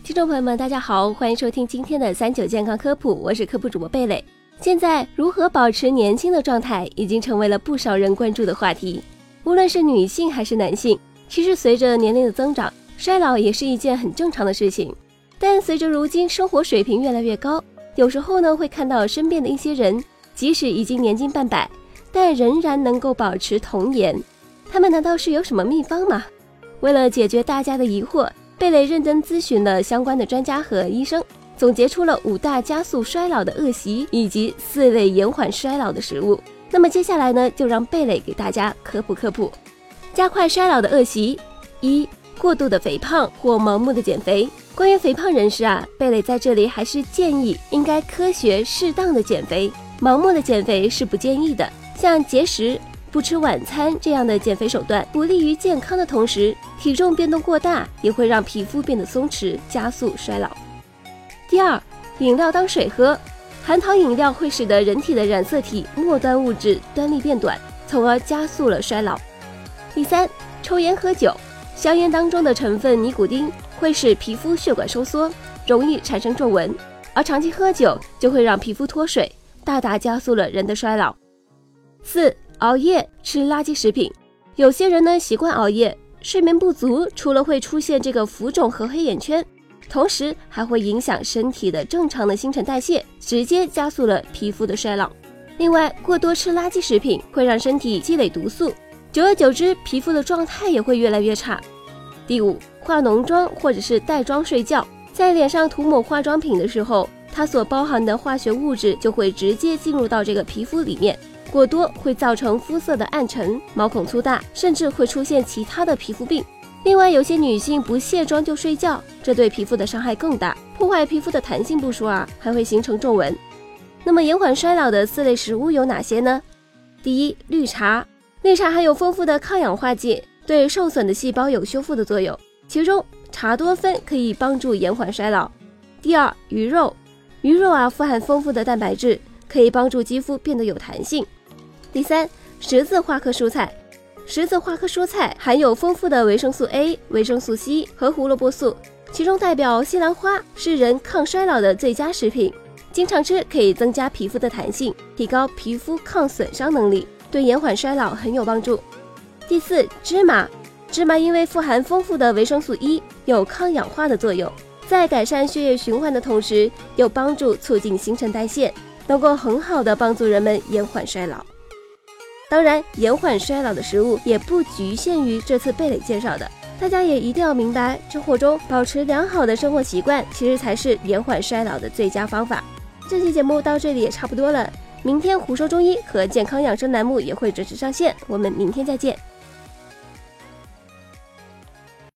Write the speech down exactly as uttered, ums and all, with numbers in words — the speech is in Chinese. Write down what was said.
听众朋友们大家好，欢迎收听今天的三九健康科普，我是科普主播贝蕾。现在如何保持年轻的状态已经成为了不少人关注的话题，无论是女性还是男性，其实随着年龄的增长，衰老也是一件很正常的事情。但随着如今生活水平越来越高，有时候呢会看到身边的一些人，即使已经年近半百，但仍然能够保持童颜，他们难道是有什么秘方吗？为了解决大家的疑惑，贝蕾认真咨询了相关的专家和医生，总结出了五大加速衰老的恶习以及四类延缓衰老的食物。那么接下来呢，就让贝蕾给大家科普科普。加快衰老的恶习：一、过度的肥胖或盲目的减肥。关于肥胖人士啊，贝蕾在这里还是建议应该科学适当的减肥，盲目的减肥是不建议的。像节食、不吃晚餐这样的减肥手段，不利于健康的同时，体重变动过大也会让皮肤变得松弛，加速衰老。第二，饮料当水喝，含糖饮料会使得人体的染色体末端物质端粒变短，从而加速了衰老。第三，抽烟喝酒，香烟当中的成分尼古丁会使皮肤血管收缩，容易产生皱纹，而长期喝酒就会让皮肤脱水，大大加速了人的衰老。四、熬夜吃垃圾食品，有些人呢习惯熬夜，睡眠不足除了会出现这个浮肿和黑眼圈，同时还会影响身体的正常的新陈代谢，直接加速了皮肤的衰老。另外，过多吃垃圾食品会让身体积累毒素，久而久之皮肤的状态也会越来越差。第五，化浓妆或者是带妆睡觉，在脸上涂抹化妆品的时候，它所包含的化学物质就会直接进入到这个皮肤里面，过多会造成肤色的暗沉、毛孔粗大，甚至会出现其他的皮肤病。另外，有些女性不卸妆就睡觉，这对皮肤的伤害更大，破坏皮肤的弹性不说啊，还会形成皱纹。那么延缓衰老的四类食物有哪些呢？第一，绿茶。绿茶含有丰富的抗氧化剂，对受损的细胞有修复的作用，其中茶多酚可以帮助延缓衰老。第二，鱼肉。鱼肉啊富含丰富的蛋白质，可以帮助肌肤变得有弹性。第三，十字花科蔬菜。十字花科蔬菜含有丰富的维生素 A、维生素 C 和胡萝卜素，其中代表西兰花是人抗衰老的最佳食品，经常吃可以增加皮肤的弹性，提高皮肤抗损伤能力，对延缓衰老很有帮助。第四，芝麻。芝麻因为富含丰富的维生素 E， 有抗氧化的作用，在改善血液循环的同时，有帮助促进新陈代谢，能够很好的帮助人们延缓衰老。当然，延缓衰老的食物也不局限于这次贝蕾介绍的，大家也一定要明白，生活中保持良好的生活习惯，其实才是延缓衰老的最佳方法。这期节目到这里也差不多了，明天胡说中医和健康养生栏目也会准时上线，我们明天再见。